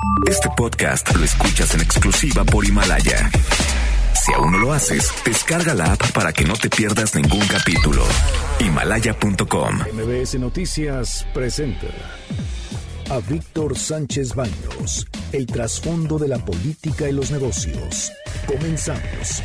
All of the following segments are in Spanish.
Este podcast lo escuchas en exclusiva por Himalaya. Si aún no lo haces, descarga la app para que no te pierdas ningún capítulo. Himalaya.com. MBS Noticias presenta a Víctor Sánchez Baños, el trasfondo de la política y los negocios. Comenzamos.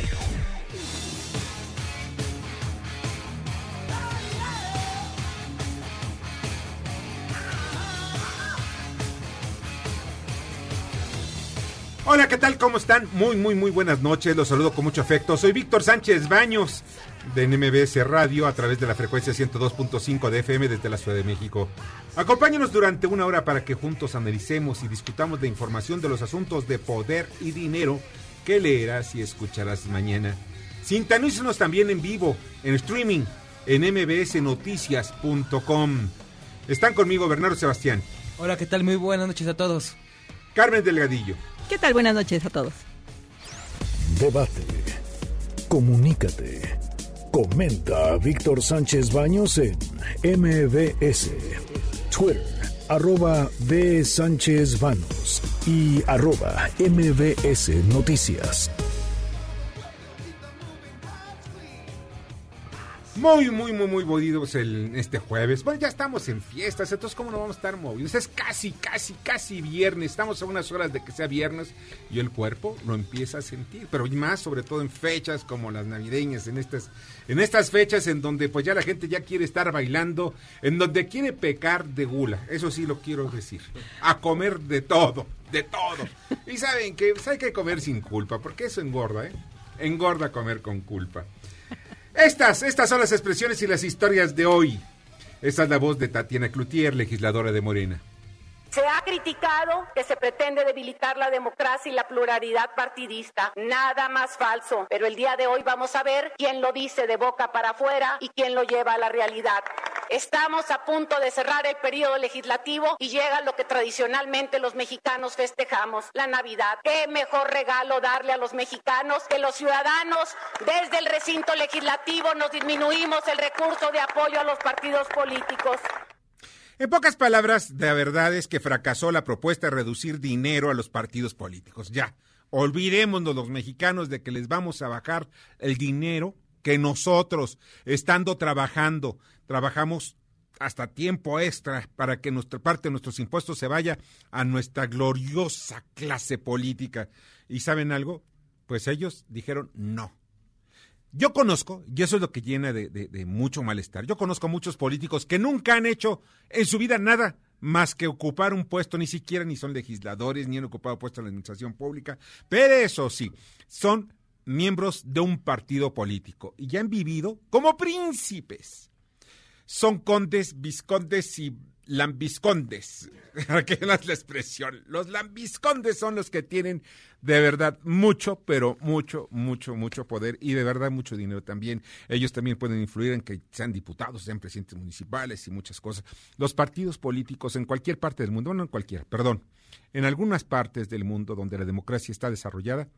Hola, ¿qué tal? ¿Cómo están? Muy buenas noches. Los saludo con mucho afecto. Soy Víctor Sánchez Baños de MBS Radio a través de la frecuencia 102.5 de FM desde la Ciudad de México. Acompáñanos durante una hora para que juntos analicemos y discutamos de información de los asuntos de poder y dinero que leerás y escucharás mañana. Sintonízanos también en vivo, en streaming, en mbsnoticias.com. Están conmigo Bernardo Sebastián. Hola, ¿qué tal? Muy buenas noches a todos. Carmen Delgadillo. ¿Qué tal? Buenas noches a todos. Debate. Comunícate. Comenta a Víctor Sánchez Baños en MBS. Twitter, @B Sánchez Baños y @MBS Noticias. Muy movidos este jueves. Bueno, ya estamos en fiestas, entonces ¿cómo no vamos a estar movidos? Es casi viernes, estamos a unas horas de que sea viernes y el cuerpo lo empieza a sentir, pero más sobre todo en fechas como las navideñas, en estas fechas en donde pues ya la gente ya quiere estar bailando, en donde quiere pecar de gula, eso sí lo quiero decir, a comer de todo. Y saben que pues hay que comer sin culpa, porque eso engorda, engorda comer con culpa. Estas son las expresiones y las historias de hoy. Esta es la voz de Tatiana Cloutier, legisladora de Morena. Se ha criticado que se pretende debilitar la democracia y la pluralidad partidista. Nada más falso. Pero el día de hoy vamos a ver quién lo dice de boca para afuera y quién lo lleva a la realidad. Estamos a punto de cerrar el periodo legislativo y llega lo que tradicionalmente los mexicanos festejamos, la Navidad. ¿Qué mejor regalo darle a los mexicanos que los ciudadanos desde el recinto legislativo nos disminuimos el recurso de apoyo a los partidos políticos? En pocas palabras, la verdad es que fracasó la propuesta de reducir dinero a los partidos políticos. Ya, olvidémonos los mexicanos de que les vamos a bajar el dinero que nosotros, estando trabajamos hasta tiempo extra para que nuestra parte de nuestros impuestos se vaya a nuestra gloriosa clase política. ¿Y saben algo? Pues ellos dijeron no. Yo conozco, y eso es lo que llena de mucho malestar, yo conozco muchos políticos que nunca han hecho en su vida nada más que ocupar un puesto, ni siquiera ni son legisladores, ni han ocupado puestos en la administración pública, pero eso sí, son miembros de un partido político y ya han vivido como príncipes. Son condes, vizcondes y lambiscondes. ¿Qué es la expresión? Los lambiscondes son los que tienen de verdad mucho, pero mucho poder y de verdad mucho dinero también. Ellos también pueden influir en que sean diputados, sean presidentes municipales y muchas cosas. Los partidos políticos en cualquier parte del mundo, en algunas partes del mundo donde la democracia está desarrollada,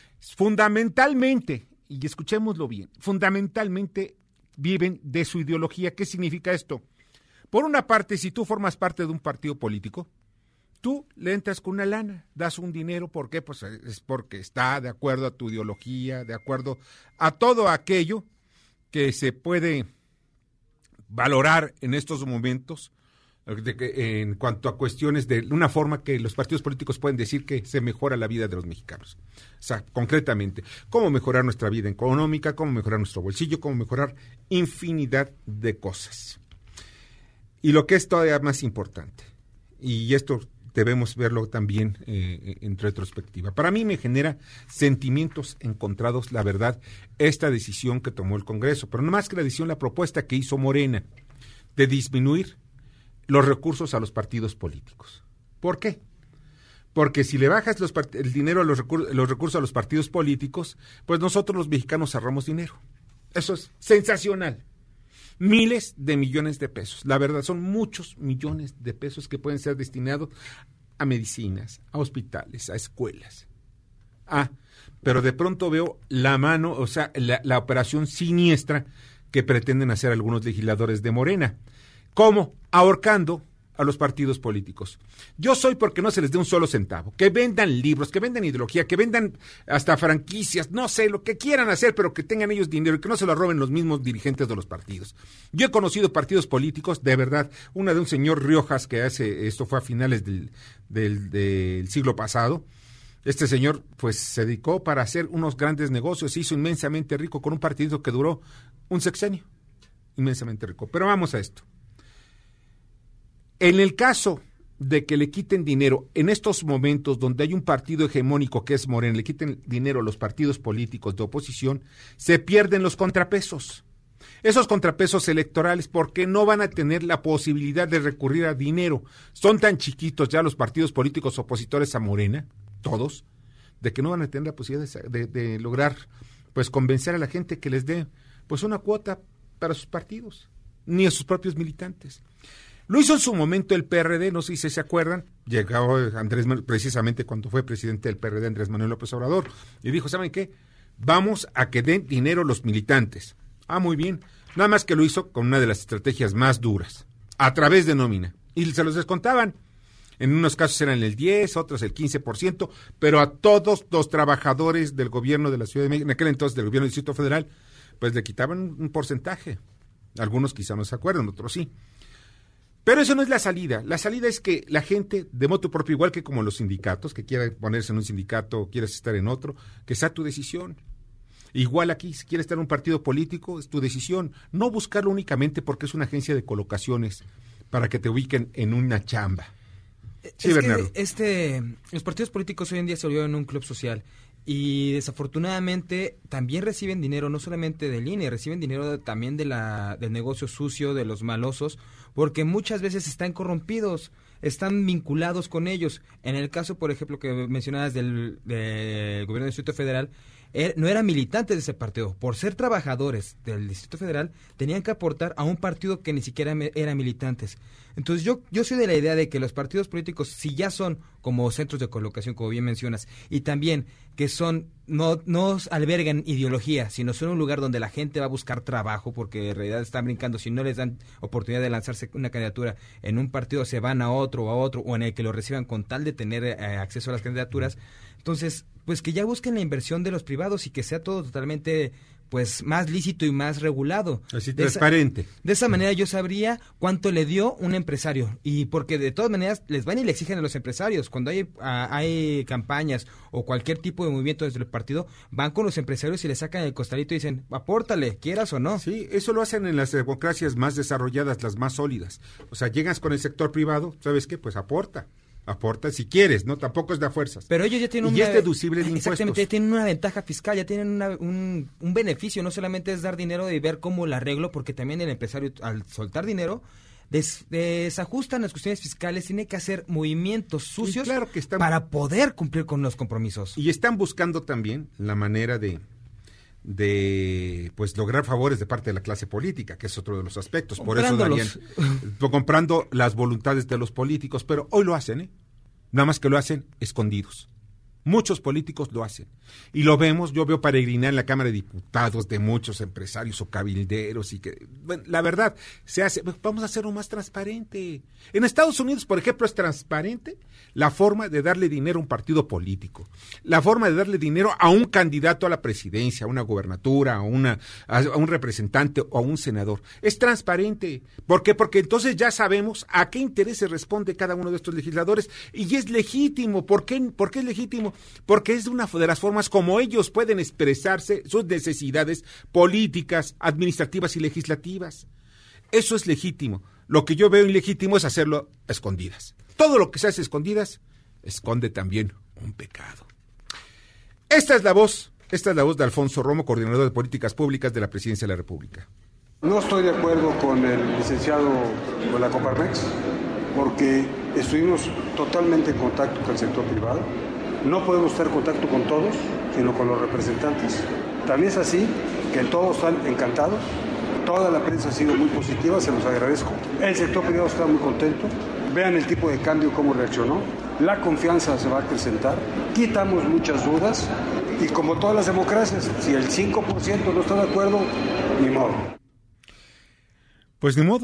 fundamentalmente, y escuchémoslo bien, fundamentalmente viven de su ideología. ¿Qué significa esto? Por una parte, si tú formas parte de un partido político, tú le entras con una lana, das un dinero. ¿Por qué? Pues es porque está de acuerdo a tu ideología, de acuerdo a todo aquello que se puede valorar en estos momentos en cuanto a cuestiones de una forma que los partidos políticos pueden decir que se mejora la vida de los mexicanos. O sea, concretamente, cómo mejorar nuestra vida económica, cómo mejorar nuestro bolsillo, cómo mejorar infinidad de cosas. Y lo que es todavía más importante, y esto debemos verlo también en retrospectiva, para mí me genera sentimientos encontrados, la verdad, esta decisión que tomó el Congreso, pero no más que la decisión, la propuesta que hizo Morena de disminuir los recursos a los partidos políticos. ¿Por qué? Porque si le bajas el dinero, los recursos a los partidos políticos, pues nosotros los mexicanos ahorramos dinero. Eso es sensacional. Miles de millones de pesos. La verdad, son muchos millones de pesos que pueden ser destinados a medicinas, a hospitales, a escuelas. Pero de pronto veo la mano, o sea, la operación siniestra que pretenden hacer algunos legisladores de Morena. ¿Cómo? Ahorcando a los partidos políticos. Yo soy porque no se les dé un solo centavo, que vendan libros, que vendan ideología, que vendan hasta franquicias, no sé, lo que quieran hacer, pero que tengan ellos dinero y que no se lo roben los mismos dirigentes de los partidos. Yo he conocido partidos políticos, de verdad, una de un señor Riojas que esto fue a finales del siglo pasado. Este señor pues se dedicó para hacer unos grandes negocios, se hizo inmensamente rico con un partido que duró un sexenio, inmensamente rico. Pero vamos a esto. En el caso de que le quiten dinero, en estos momentos donde hay un partido hegemónico que es Morena, le quiten dinero a los partidos políticos de oposición, se pierden los contrapesos. Esos contrapesos electorales, porque no van a tener la posibilidad de recurrir a dinero. Son tan chiquitos ya los partidos políticos opositores a Morena, todos, de que no van a tener la posibilidad de lograr pues convencer a la gente que les dé pues una cuota para sus partidos, ni a sus propios militantes. Lo hizo en su momento el PRD, no sé si se acuerdan, llegó Andrés, precisamente cuando fue presidente del PRD, Andrés Manuel López Obrador, y dijo, ¿saben qué? Vamos a que den dinero los militantes. Ah, muy bien, nada más que lo hizo con una de las estrategias más duras, a través de nómina, y se los descontaban. En unos casos eran el 10, otros el 15%, pero a todos los trabajadores del gobierno de la Ciudad de México, en aquel entonces del gobierno del Distrito Federal, pues le quitaban un porcentaje. Algunos quizá no se acuerdan, otros sí. Pero eso no es la salida. La salida es que la gente de motu propio, igual que como los sindicatos, que quiera ponerse en un sindicato o quieras estar en otro, que sea tu decisión. Igual aquí, si quieres estar en un partido político, es tu decisión. No buscarlo únicamente porque es una agencia de colocaciones para que te ubiquen en una chamba. Sí, es Bernardo. Que los partidos políticos hoy en día se volvieron un club social y desafortunadamente también reciben dinero, no solamente del INE, reciben dinero también del negocio sucio, de los malosos, porque muchas veces están corrompidos, están vinculados con ellos. En el caso, por ejemplo, que mencionabas del gobierno del Distrito Federal, no eran militantes de ese partido. Por ser trabajadores del Distrito Federal, tenían que aportar a un partido que ni siquiera eran militantes. Entonces yo soy de la idea de que los partidos políticos, si ya son como centros de colocación, como bien mencionas, y también que no albergan ideología, sino son un lugar donde la gente va a buscar trabajo, porque en realidad están brincando, si no les dan oportunidad de lanzarse una candidatura en un partido, se van a otro, o en el que lo reciban con tal de tener acceso a las candidaturas. Entonces, pues que ya busquen la inversión de los privados y que sea todo totalmente pues más lícito y más regulado. Así transparente. De esa manera yo sabría cuánto le dio un empresario, y porque de todas maneras les van y le exigen a los empresarios. Cuando hay campañas o cualquier tipo de movimiento desde el partido, van con los empresarios y le sacan el costalito y dicen, apórtale, quieras o no. Sí, eso lo hacen en las democracias más desarrolladas, las más sólidas. O sea, llegas con el sector privado, ¿sabes qué? Pues aporta si quieres, ¿no? Tampoco es de fuerzas. Pero ellos ya tienen es deducible de impuestos. Exactamente, ya tienen una ventaja fiscal, ya tienen un beneficio, no solamente es dar dinero y ver cómo lo arreglo, porque también el empresario al soltar dinero desajustan las cuestiones fiscales, tiene que hacer movimientos sucios, claro que para poder cumplir con los compromisos. Y están buscando también la manera de pues lograr favores de parte de la clase política, que es otro de los aspectos. Por eso darían, comprando las voluntades de los políticos, pero hoy lo hacen, nada más que lo hacen escondidos. Muchos políticos lo hacen. Y lo vemos, yo veo peregrinar en la Cámara de Diputados de muchos empresarios o cabilderos y que, bueno, la verdad, se hace, vamos a hacerlo más transparente. En Estados Unidos, por ejemplo, es transparente la forma de darle dinero a un partido político, la forma de darle dinero a un candidato a la presidencia, a una gobernatura, a un representante o a un senador. Es transparente. ¿Por qué? Porque entonces ya sabemos a qué intereses responde cada uno de estos legisladores y es legítimo. ¿Por qué es legítimo? Porque es una de las formas como ellos pueden expresarse sus necesidades políticas, administrativas y legislativas. Eso es legítimo. Lo que yo veo ilegítimo es hacerlo a escondidas. Todo lo que se hace a escondidas esconde también un pecado. Esta es la voz de Alfonso Romo, coordinador de políticas públicas de la Presidencia de la República. No estoy de acuerdo con el licenciado de la Coparmex, porque estuvimos totalmente en contacto con el sector privado. No podemos estar en contacto con todos, sino con los representantes. También es así que todos están encantados. Toda la prensa ha sido muy positiva, se los agradezco. El sector privado está muy contento. Vean el tipo de cambio, cómo reaccionó. La confianza se va a acrecentar. Quitamos muchas dudas. Y como todas las democracias, si el 5% no está de acuerdo, ni modo. Pues ni modo.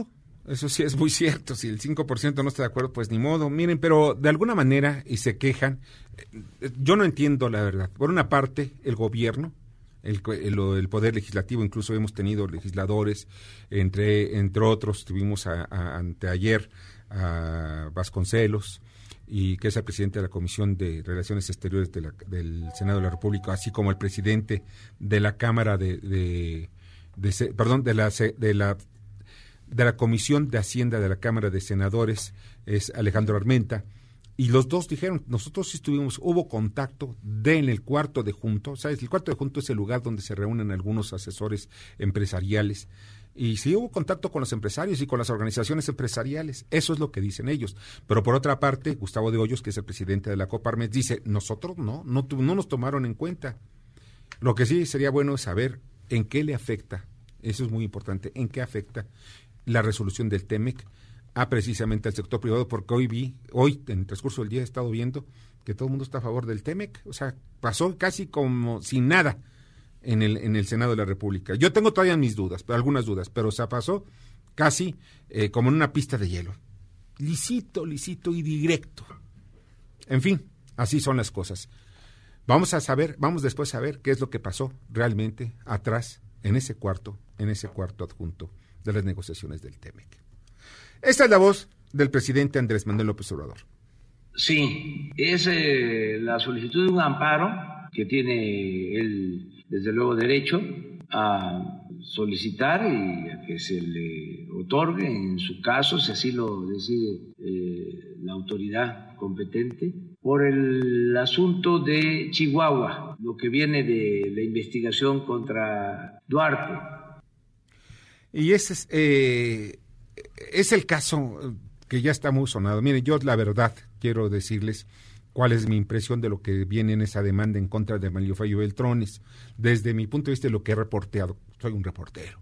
Eso sí es muy cierto. Si el 5% no está de acuerdo, pues ni modo. Miren, pero de alguna manera, y se quejan, yo no entiendo la verdad. Por una parte, el gobierno, el Poder Legislativo, incluso hemos tenido legisladores, entre otros, tuvimos anteayer a Vasconcelos, y que es el presidente de la Comisión de Relaciones Exteriores del Senado de la República, así como el presidente de la Cámara de la Comisión de Hacienda de la Cámara de Senadores, es Alejandro Armenta, y los dos dijeron, nosotros hubo contacto en el cuarto de junto, ¿sabes? El cuarto de junto es el lugar donde se reúnen algunos asesores empresariales, y sí hubo contacto con los empresarios y con las organizaciones empresariales, eso es lo que dicen ellos. Pero por otra parte, Gustavo de Hoyos, que es el presidente de la Coparmex, dice, nosotros no nos tomaron en cuenta. Lo que sí sería bueno es saber en qué le afecta, eso es muy importante, en qué afecta la resolución del TEMEC precisamente al sector privado, porque hoy en el transcurso del día he estado viendo que todo el mundo está a favor del TEMEC, o sea, pasó casi como sin nada en el Senado de la República. Yo tengo todavía algunas dudas, pero se pasó casi como en una pista de hielo. Lisito y directo. En fin, así son las cosas. Vamos después a ver qué es lo que pasó realmente atrás, en ese cuarto adjunto de las negociaciones del TEMEC. Esta es la voz del presidente Andrés Manuel López Obrador. Sí, es la solicitud de un amparo que tiene él, desde luego, derecho a solicitar y a que se le otorgue, en su caso, si así lo decide la autoridad competente, por el asunto de Chihuahua, lo que viene de la investigación contra Duarte. Y ese es el caso que ya está muy sonado. Miren, yo la verdad quiero decirles cuál es mi impresión de lo que viene en esa demanda en contra de Manlio Fabio Beltrones. Desde mi punto de vista, lo que he reporteado, soy un reportero.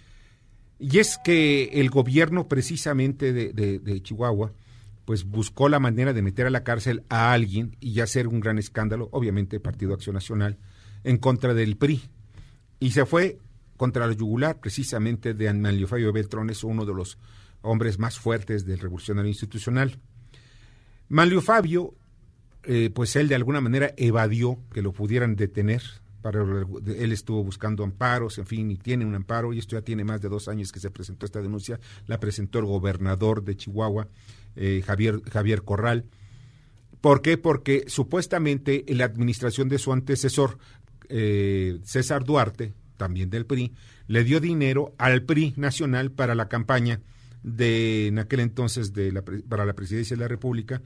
Y es que el gobierno precisamente de Chihuahua, pues buscó la manera de meter a la cárcel a alguien y hacer un gran escándalo, obviamente Partido Acción Nacional, en contra del PRI. Y se fue contra la yugular precisamente de Manlio Fabio Beltrones, uno de los hombres más fuertes del revolucionario institucional. Manlio Fabio, pues él de alguna manera evadió que lo pudieran detener. Él estuvo buscando amparos, en fin, y tiene un amparo, y esto ya tiene más de 2 años que se presentó esta denuncia. La presentó el gobernador de Chihuahua, Javier Corral. ¿Por qué? Porque supuestamente en la administración de su antecesor, César Duarte, también del PRI, le dio dinero al PRI nacional para la campaña en aquel entonces para la presidencia de la República,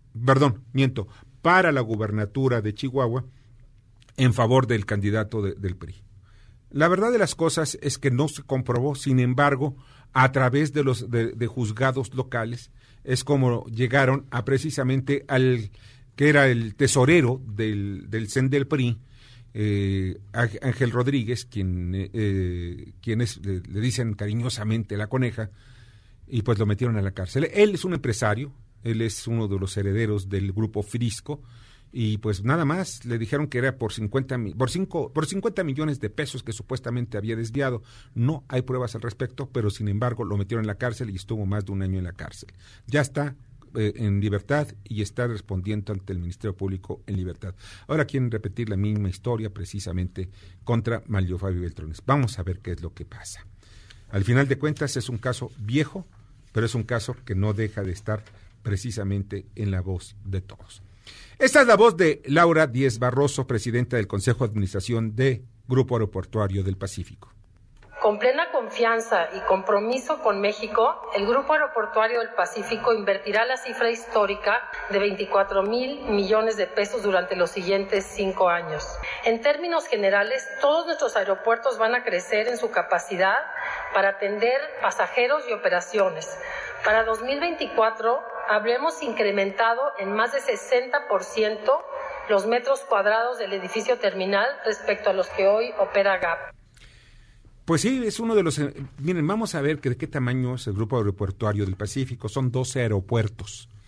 para la gubernatura de Chihuahua, en favor del candidato del PRI. La verdad de las cosas es que no se comprobó, sin embargo, a través de juzgados locales, es como llegaron a precisamente al que era el tesorero del CEN del PRI, Ángel Rodríguez, quien le dicen cariñosamente la Coneja, y pues lo metieron a la cárcel. Él es un empresario, él es uno de los herederos del grupo Frisco, y pues nada más le dijeron que era por 50 millones de pesos que supuestamente había desviado. No hay pruebas al respecto, pero sin embargo lo metieron en la cárcel y estuvo más de 1 año en la cárcel. Ya está en libertad y está respondiendo ante el Ministerio Público en libertad. Ahora quieren repetir la misma historia precisamente contra Manlio Fabio Beltrones. Vamos a ver qué es lo que pasa. Al final de cuentas es un caso viejo, pero es un caso que no deja de estar precisamente en la voz de todos. Esta es la voz de Laura Díez Barroso, presidenta del Consejo de Administración de Grupo Aeroportuario del Pacífico. Con plena confianza y compromiso con México, el Grupo Aeroportuario del Pacífico invertirá la cifra histórica de 24,000 millones de pesos durante los siguientes 5 años. En términos generales, todos nuestros aeropuertos van a crecer en su capacidad para atender pasajeros y operaciones. Para 2024 habremos incrementado en más de 60% los metros cuadrados del edificio terminal respecto a los que hoy opera GAP. Pues sí, es uno de los... Miren, vamos a ver de qué tamaño es el Grupo Aeroportuario del Pacífico. Son 12 aeropuertos.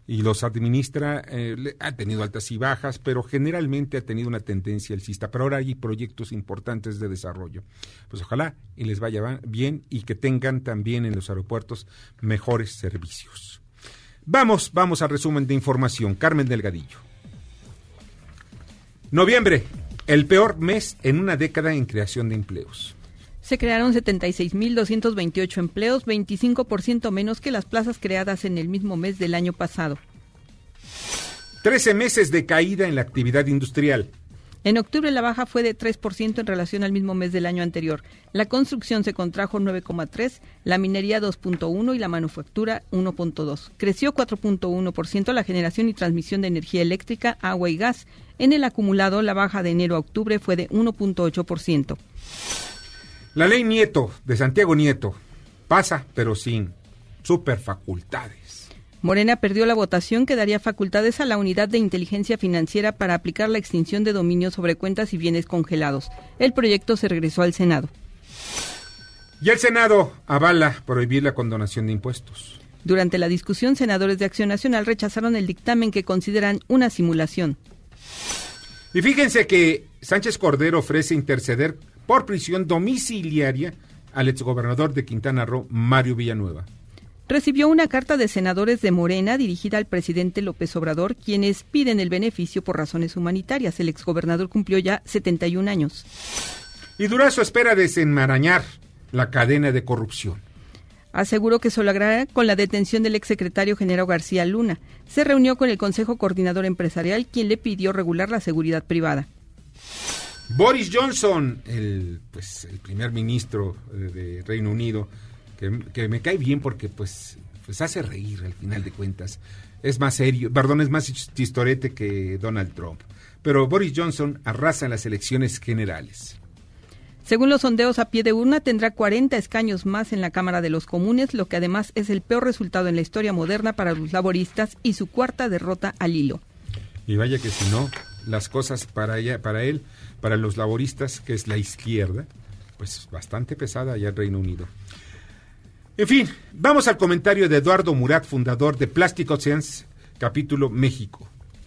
y los administra, ha tenido altas y bajas, pero generalmente ha tenido una tendencia alcista. Pero ahora hay proyectos importantes de desarrollo. Pues ojalá y les vaya bien y que tengan también en los aeropuertos mejores servicios. Vamos al resumen de información. Carmen Delgadillo. Noviembre, el peor mes en una década en creación de empleos. Se crearon 76.228 empleos, 25% menos que las plazas creadas en el mismo mes del año pasado. 13 meses de caída en la actividad industrial. En octubre la baja fue de 3% en relación al mismo mes del año anterior. La construcción se contrajo 9,3%, la minería 2,1% y la manufactura 1,2%. Creció 4,1% la generación y transmisión de energía eléctrica, agua y gas. En el acumulado, la baja de enero a octubre fue de 1,8%. La ley Nieto, de Santiago Nieto, pasa, pero sin superfacultades. Morena perdió la votación que daría facultades a la Unidad de Inteligencia Financiera para aplicar la extinción de dominio sobre cuentas y bienes congelados. El proyecto se regresó al Senado. Y el Senado avala prohibir la condonación de impuestos. Durante la discusión, senadores de Acción Nacional rechazaron el dictamen que consideran una simulación. Y fíjense que Sánchez Cordero ofrece interceder por prisión domiciliaria al exgobernador de Quintana Roo, Mario Villanueva. Recibió una carta de senadores de Morena dirigida al presidente López Obrador, quienes piden el beneficio por razones humanitarias. El exgobernador cumplió ya 71 años. Y Durazo espera desenmarañar la cadena de corrupción. Aseguró que se logrará con la detención del exsecretario Genaro García Luna. Se reunió con el Consejo Coordinador Empresarial, quien le pidió regular la seguridad privada. Boris Johnson, el primer ministro de Reino Unido, que me cae bien porque pues hace reír al final de cuentas. Es más serio, es más chistorete que Donald Trump. Pero Boris Johnson arrasa en las elecciones generales. Según los sondeos a pie de urna, tendrá 40 escaños más en la Cámara de los Comunes, lo que además es el peor resultado en la historia moderna para los laboristas y su cuarta derrota al hilo. Y vaya que si no, las cosas para él, para los laboristas, que es la izquierda, pues bastante pesada allá en Reino Unido. En fin, vamos al comentario de Eduardo Murat, fundador de Plastic Oceans, capítulo México.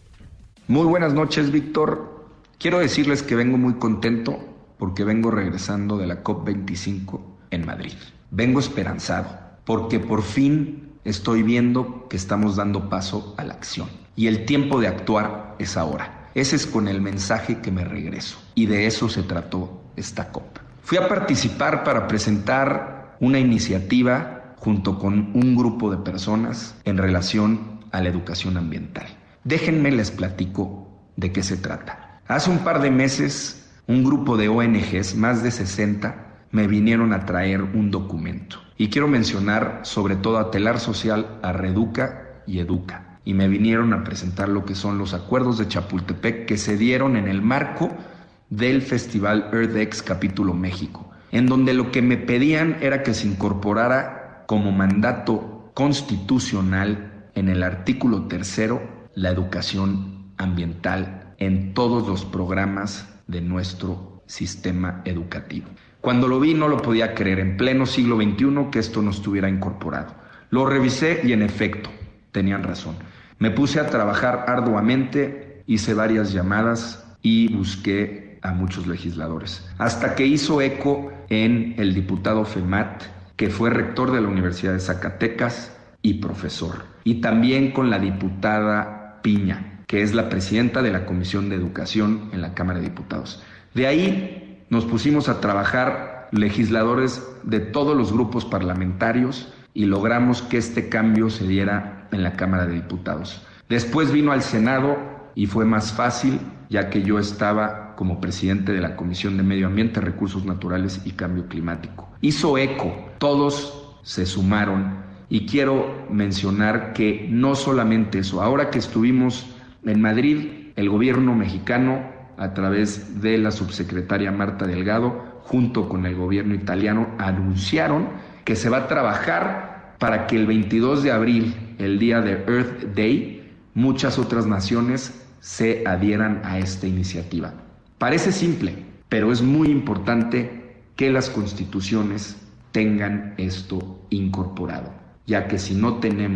Muy buenas noches, Víctor. Quiero decirles que vengo muy contento porque vengo regresando de la COP25 en Madrid. Vengo esperanzado porque por fin estoy viendo que estamos dando paso a la acción. Y el tiempo de actuar es ahora. Ese es con el mensaje que me regreso. Y de eso se trató esta COP. Fui a participar para presentar una iniciativa junto con un grupo de personas en relación a la educación ambiental. Déjenme les platico de qué se trata. Hace un par de meses, un grupo de ONGs, más de 60, me vinieron a traer un documento. Y quiero mencionar sobre todo a Telar Social, a Reeduca y Educa. Y me vinieron a presentar lo que son los acuerdos de Chapultepec que se dieron en el marco del Festival EarthX Capítulo México, en donde lo que me pedían era que se incorporara como mandato constitucional en el artículo 3 la educación ambiental en todos los programas de nuestro sistema educativo. Cuando lo vi no lo podía creer, en pleno siglo XXI, que esto no estuviera incorporado. Lo revisé y en efecto, tenían razón. Me puse a trabajar arduamente, hice varias llamadas y busqué a muchos legisladores, hasta que hizo eco en el diputado Femat, que fue rector de la Universidad de Zacatecas y profesor, y también con la diputada Piña, que es la presidenta de la Comisión de Educación en la Cámara de Diputados. De ahí nos pusimos a trabajar legisladores de todos los grupos parlamentarios y logramos que este cambio se diera en la Cámara de Diputados. Después vino al Senado y fue más fácil, ya que yo estaba como presidente de la Comisión de Medio Ambiente, Recursos Naturales y Cambio Climático. Hizo eco, todos se sumaron y quiero mencionar que no solamente eso, ahora que estuvimos en Madrid, el gobierno mexicano, a través de la subsecretaria Marta Delgado, junto con el gobierno italiano, anunciaron que se va a trabajar para que el 22 de abril, el día de Earth Day, muchas otras naciones se adhieran a esta iniciativa. Parece simple, pero es muy importante que las constituciones tengan esto incorporado, ya que si no tenemos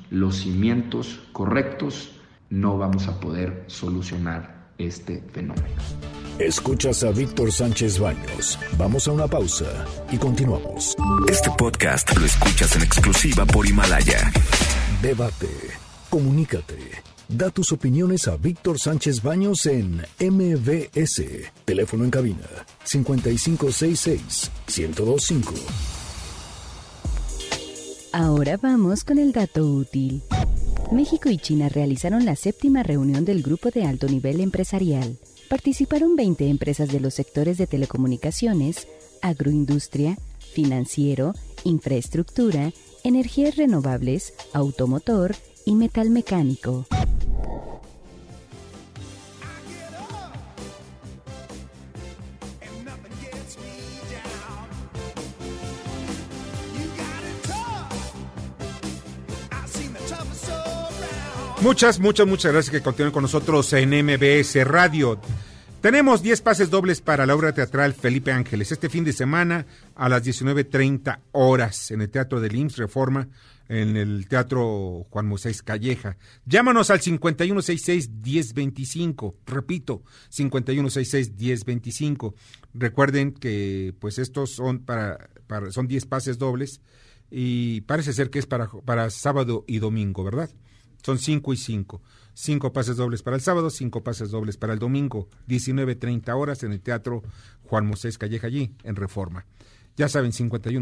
los cimientos correctos, no vamos a poder solucionar este fenómeno. Escuchas a Víctor Sánchez Baños. Vamos a una pausa y continuamos. Este podcast lo escuchas en exclusiva por Himalaya. Debate, comunícate, da tus opiniones a Víctor Sánchez Baños en MBS. Teléfono en cabina 5566-1025. Ahora vamos con el dato útil. México y China realizaron la 7ª reunión del Grupo de Alto Nivel Empresarial. Participaron 20 empresas de los sectores de telecomunicaciones, agroindustria, financiero, infraestructura, energías renovables, automotor y metal mecánico. Muchas gracias que continúen con nosotros en MBS Radio. Tenemos 10 pases dobles para la obra teatral Felipe Ángeles este fin de semana a las 19:30 horas en el Teatro del IMSS Reforma, en el Teatro Juan Moisés Calleja. Llámanos al 5166-1025. Repito, 5166-1025. Recuerden que pues estos son son 10 pases dobles y parece ser que es para sábado y domingo, ¿verdad? Son 5 y 5. 5 pases dobles para el sábado, 5 pases dobles para el domingo. 19:30 horas en el Teatro Juan Moisés Calleja, allí en Reforma. Ya saben,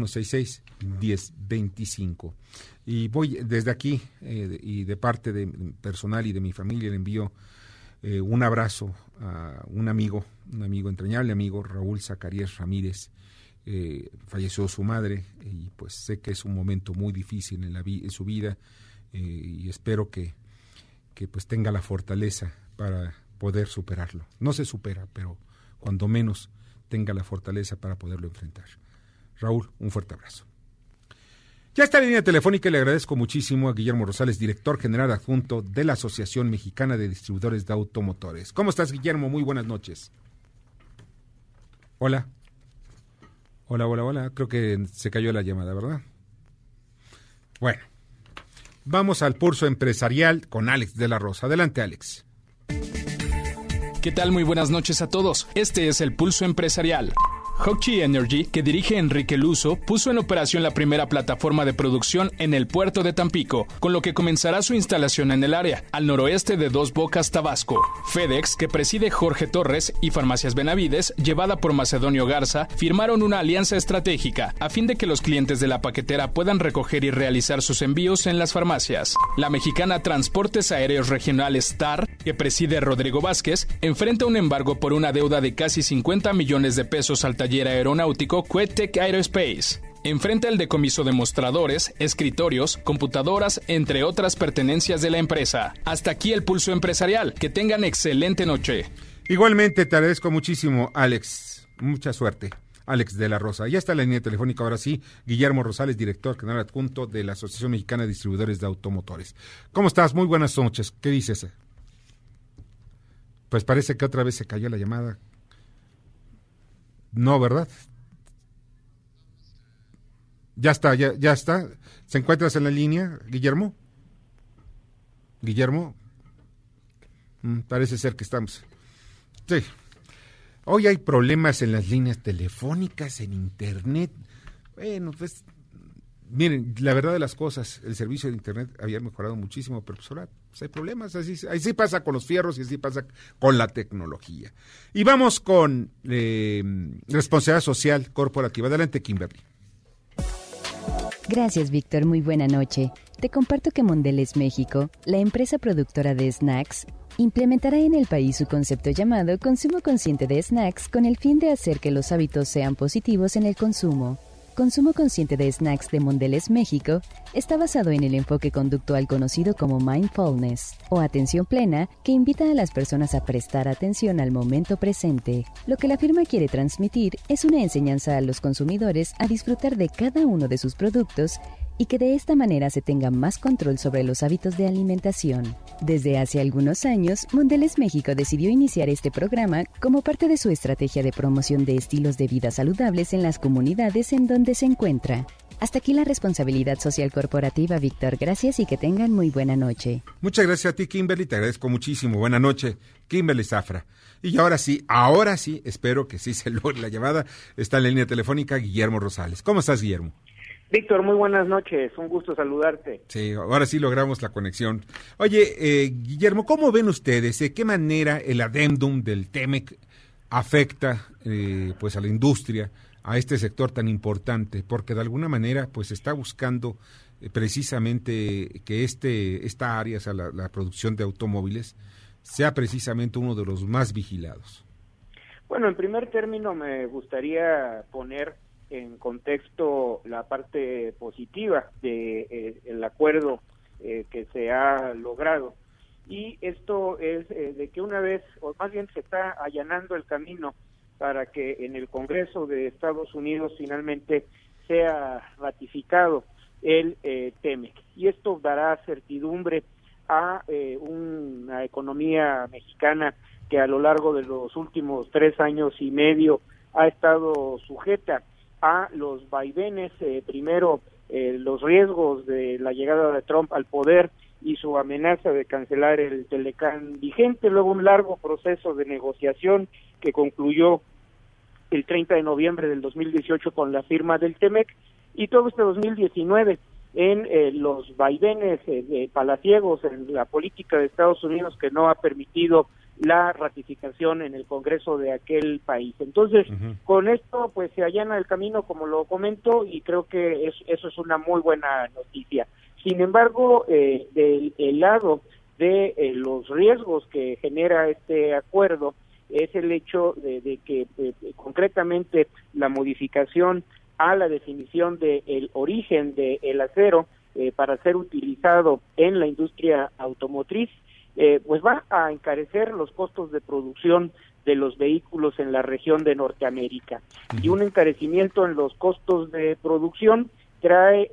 5166-1025. Y voy desde aquí, y de parte de personal y de mi familia, le envío un abrazo a un amigo entrañable amigo, Raúl Zacarías Ramírez. Falleció su madre y pues sé que es un momento muy difícil en su vida. Y espero que pues tenga la fortaleza para poder superarlo. No se supera, pero cuando menos tenga la fortaleza para poderlo enfrentar. Raúl, un fuerte abrazo. Ya está en línea telefónica y le agradezco muchísimo a Guillermo Rosales, director general adjunto de la Asociación Mexicana de Distribuidores de Automotores. ¿Cómo estás, Guillermo? Muy buenas noches. Hola. Hola. Creo que se cayó la llamada, ¿verdad? Bueno. Vamos al pulso empresarial con Alex de la Rosa. Adelante, Alex. ¿Qué tal? Muy buenas noches a todos. Este es el pulso empresarial. Hochschild Energy, que dirige Enrique Luso, puso en operación la primera plataforma de producción en el puerto de Tampico, con lo que comenzará su instalación en el área, al noroeste de Dos Bocas, Tabasco. FedEx, que preside Jorge Torres, y Farmacias Benavides, llevada por Macedonio Garza, firmaron una alianza estratégica a fin de que los clientes de la paquetera puedan recoger y realizar sus envíos en las farmacias. La mexicana Transportes Aéreos Regionales TAR, que preside Rodrigo Vázquez, enfrenta un embargo por una deuda de casi 50 millones de pesos al taller aeronáutico Quetec Aerospace. Enfrenta el decomiso de mostradores, escritorios, computadoras, entre otras pertenencias de la empresa. Hasta aquí el pulso empresarial. Que tengan excelente noche. Igualmente te agradezco muchísimo, Alex. Mucha suerte. Alex de la Rosa. Ya está en la línea telefónica ahora sí, Guillermo Rosales, director general adjunto de la Asociación Mexicana de Distribuidores de Automotores. ¿Cómo estás? Muy buenas noches. ¿Qué dices? Pues parece que otra vez se cayó la llamada. No, ¿verdad? Ya está. ¿Se encuentras en la línea, Guillermo? ¿Guillermo? Parece ser que estamos. Sí. Hoy hay problemas en las líneas telefónicas, en internet. Bueno, pues, miren, la verdad de las cosas, el servicio de internet había mejorado muchísimo, pero pues ahora pues hay problemas, así pasa con los fierros y así pasa con la tecnología. Y vamos con responsabilidad social corporativa. Adelante, Kimberly. Gracias, Víctor. Muy buena noche. Te comparto que Mondelez México, la empresa productora de snacks, implementará en el país su concepto llamado consumo consciente de snacks con el fin de hacer que los hábitos sean positivos en el consumo. Consumo consciente de snacks de Mondelez México está basado en el enfoque conductual conocido como mindfulness o atención plena, que invita a las personas a prestar atención al momento presente. Lo que la firma quiere transmitir es una enseñanza a los consumidores a disfrutar de cada uno de sus productos y que de esta manera se tenga más control sobre los hábitos de alimentación. Desde hace algunos años, Mondelez México decidió iniciar este programa como parte de su estrategia de promoción de estilos de vida saludables en las comunidades en donde se encuentra. Hasta aquí la responsabilidad social corporativa, Víctor. Gracias y que tengan muy buena noche. Muchas gracias a ti, Kimberly, te agradezco muchísimo. Buena noche, Kimberly Zafra. Y ahora sí, espero que sí se logre la llamada. Está en la línea telefónica Guillermo Rosales. ¿Cómo estás, Guillermo? Víctor, muy buenas noches, un gusto saludarte. Sí, ahora sí logramos la conexión. Oye, Guillermo, ¿cómo ven ustedes? ¿De qué manera el adendum del TEMEC afecta pues a la industria, a este sector tan importante? Porque de alguna manera pues está buscando precisamente que esta área, o sea, la producción de automóviles, sea precisamente uno de los más vigilados. Bueno, en primer término me gustaría poner en contexto la parte positiva de el acuerdo que se ha logrado, y esto es de que una vez, o más bien se está allanando el camino para que en el Congreso de Estados Unidos finalmente sea ratificado el TEMEC, y esto dará certidumbre a una economía mexicana que a lo largo de los últimos 3 años y medio ha estado sujeta a los vaivenes, primero los riesgos de la llegada de Trump al poder y su amenaza de cancelar el Telecán vigente, luego un largo proceso de negociación que concluyó el 30 de noviembre del 2018 con la firma del TEMEC, y todo este 2019 en los vaivenes palaciegos en la política de Estados Unidos que no ha permitido la ratificación en el Congreso de aquel país. Entonces, con esto pues se allana el camino, como lo comento, y creo que eso es una muy buena noticia. Sin embargo, del lado de los riesgos que genera este acuerdo es el hecho de que concretamente la modificación a la definición del origen del acero para ser utilizado en la industria automotriz, pues va a encarecer los costos de producción de los vehículos en la región de Norteamérica. Y un encarecimiento en los costos de producción trae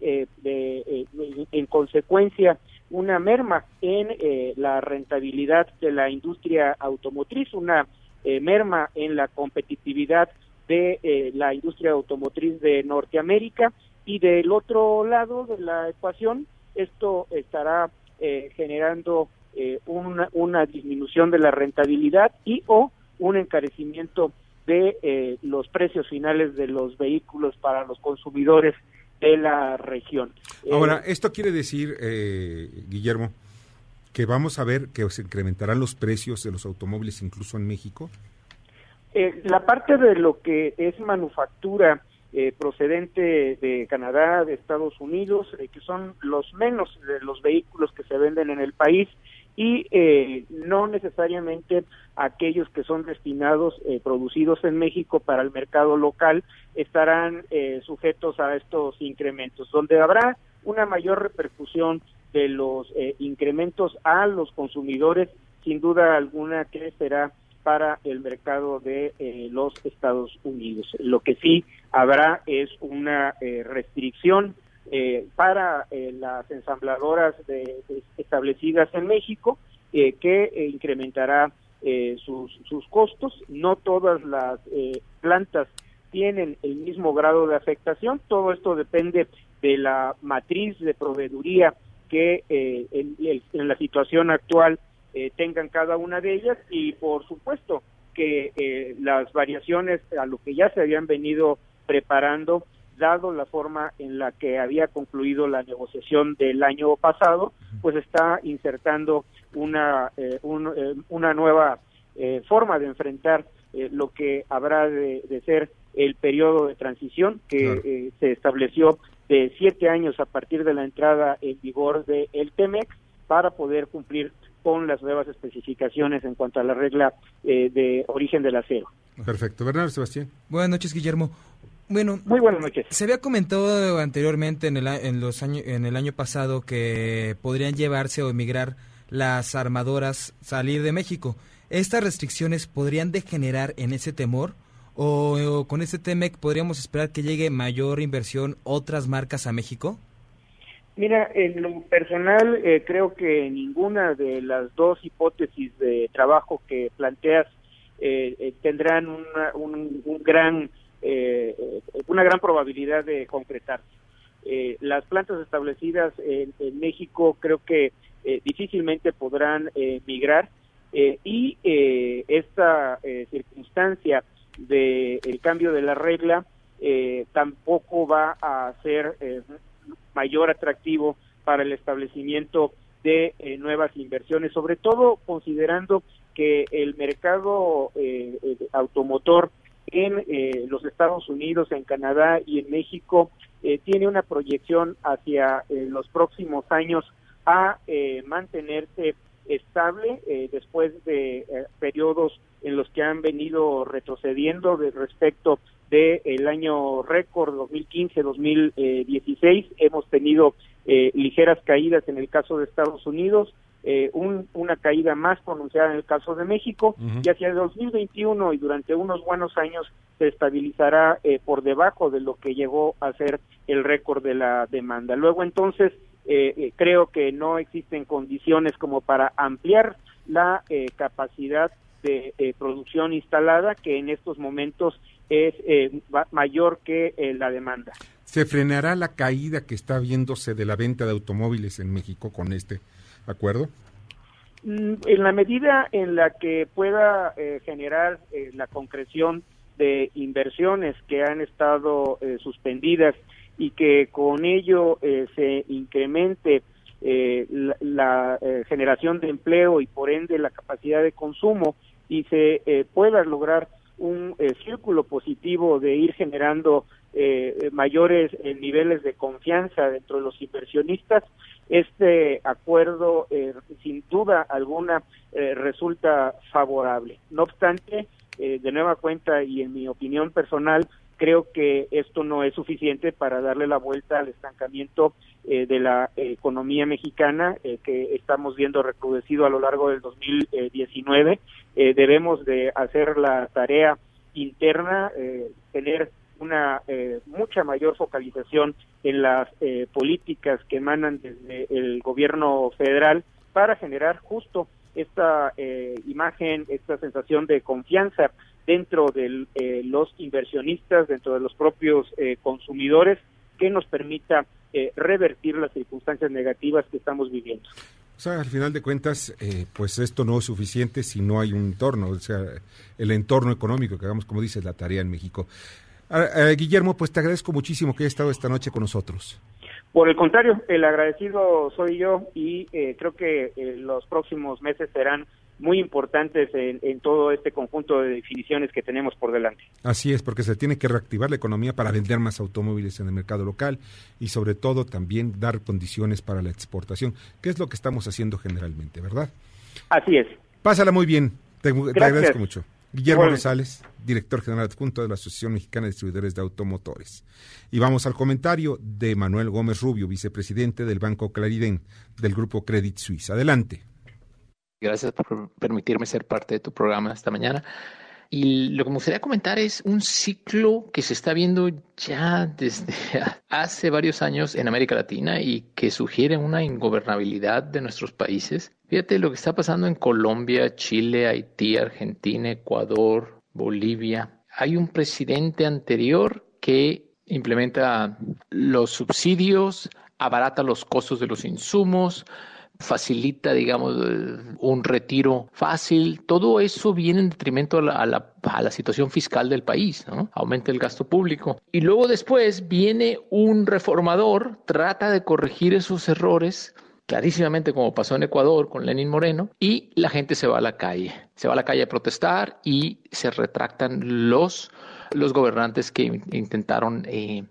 en consecuencia una merma en la rentabilidad de la industria automotriz, una merma en la competitividad de la industria automotriz de Norteamérica, y del otro lado de la ecuación esto estará generando una disminución de la rentabilidad y o un encarecimiento de los precios finales de los vehículos para los consumidores de la región. Ahora, esto quiere decir, Guillermo, que vamos a ver que se incrementarán los precios de los automóviles incluso en México. La parte de lo que es manufactura procedente de Canadá, de Estados Unidos, que son los menos de los vehículos que se venden en el país, y no necesariamente aquellos que son destinados, producidos en México para el mercado local, estarán sujetos a estos incrementos, donde habrá una mayor repercusión de los incrementos a los consumidores, sin duda alguna que será para el mercado de los Estados Unidos. Lo que sí habrá es una restricción para las ensambladoras establecidas en México, que incrementará sus costos. No todas las plantas tienen el mismo grado de afectación. Todo esto depende de la matriz de proveeduría que en la situación actual tengan cada una de ellas, y por supuesto que las variaciones a lo que ya se habían venido preparando, dado la forma en la que había concluido la negociación del año pasado, pues está insertando una nueva forma de enfrentar lo que habrá de ser el periodo de transición que se estableció de 7 años a partir de la entrada en vigor del TEMEC, para poder cumplir con las nuevas especificaciones en cuanto a la regla de origen del acero. Perfecto. Bernardo Sebastián. Buenas noches, Guillermo. Bueno, muy buenas noches. Se había comentado anteriormente en el año pasado que podrían llevarse o emigrar las armadoras, salir de México. ¿Estas restricciones podrían degenerar en ese temor? ¿O con este TEMEC podríamos esperar que llegue mayor inversión, otras marcas a México? Mira, en lo personal creo que ninguna de las dos hipótesis de trabajo que planteas tendrán una gran probabilidad de concretarse. Las plantas establecidas en México creo que difícilmente podrán migrar y esta circunstancia del cambio de la regla tampoco va a ser mayor atractivo para el establecimiento de nuevas inversiones, sobre todo considerando que el mercado automotor en los Estados Unidos, en Canadá y en México tiene una proyección hacia los próximos años a mantenerse estable después de periodos en los que han venido retrocediendo respecto del año récord 2015-2016. Hemos tenido ligeras caídas en el caso de Estados Unidos, una caída más pronunciada en el caso de México, y hacia el 2021 y durante unos buenos años se estabilizará por debajo de lo que llegó a ser el récord de la demanda. Luego entonces creo que no existen condiciones como para ampliar la capacidad de producción instalada, que en estos momentos es mayor que la demanda. ¿Se frenará la caída que está viéndose de la venta de automóviles en México con este acuerdo? En la medida en la que pueda generar la concreción de inversiones que han estado suspendidas y que con ello se incremente la generación de empleo y por ende la capacidad de consumo y se pueda lograr un círculo positivo de ir generando mayores niveles de confianza dentro de los inversionistas, este acuerdo sin duda alguna resulta favorable. No obstante, de nueva cuenta y en mi opinión personal, creo que esto no es suficiente para darle la vuelta al estancamiento de la economía mexicana que estamos viendo recrudecido a lo largo del 2019. Debemos de hacer la tarea interna, tener una mucha mayor focalización en las políticas que emanan desde el gobierno federal para generar justo esta imagen, esta sensación de confianza dentro de los inversionistas, dentro de los propios consumidores, que nos permita revertir las circunstancias negativas que estamos viviendo. O sea, al final de cuentas, pues esto no es suficiente si no hay un entorno, o sea, el entorno económico, que hagamos, como dices, la tarea en México. Guillermo, pues te agradezco muchísimo que hayas estado esta noche con nosotros. Por el contrario, el agradecido soy yo y creo que los próximos meses serán muy importantes en todo este conjunto de definiciones que tenemos por delante. Así es, porque se tiene que reactivar la economía para vender más automóviles en el mercado local y sobre todo también dar condiciones para la exportación, que es lo que estamos haciendo generalmente, ¿verdad? Así es. Pásala muy bien, te agradezco mucho. Guillermo Rosales, director general adjunto de la Asociación Mexicana de Distribuidores de Automotores. Y vamos al comentario de Manuel Gómez Rubio, vicepresidente del Banco Claridén, del grupo Credit Suisse. Adelante. Gracias por permitirme ser parte de tu programa esta mañana. Y lo que me gustaría comentar es un ciclo que se está viendo ya desde hace varios años en América Latina y que sugiere una ingobernabilidad de nuestros países. Fíjate lo que está pasando en Colombia, Chile, Haití, Argentina, Ecuador, Bolivia. Hay un presidente anterior que implementa los subsidios, abarata los costos de los insumos, facilita, digamos, un retiro fácil. Todo eso viene en detrimento a la situación fiscal del país, ¿no? Aumenta el gasto público. Y luego después viene un reformador, trata de corregir esos errores, clarísimamente como pasó en Ecuador con Lenín Moreno, y la gente se va a la calle. Se va a la calle a protestar y se retractan los gobernantes que intentaron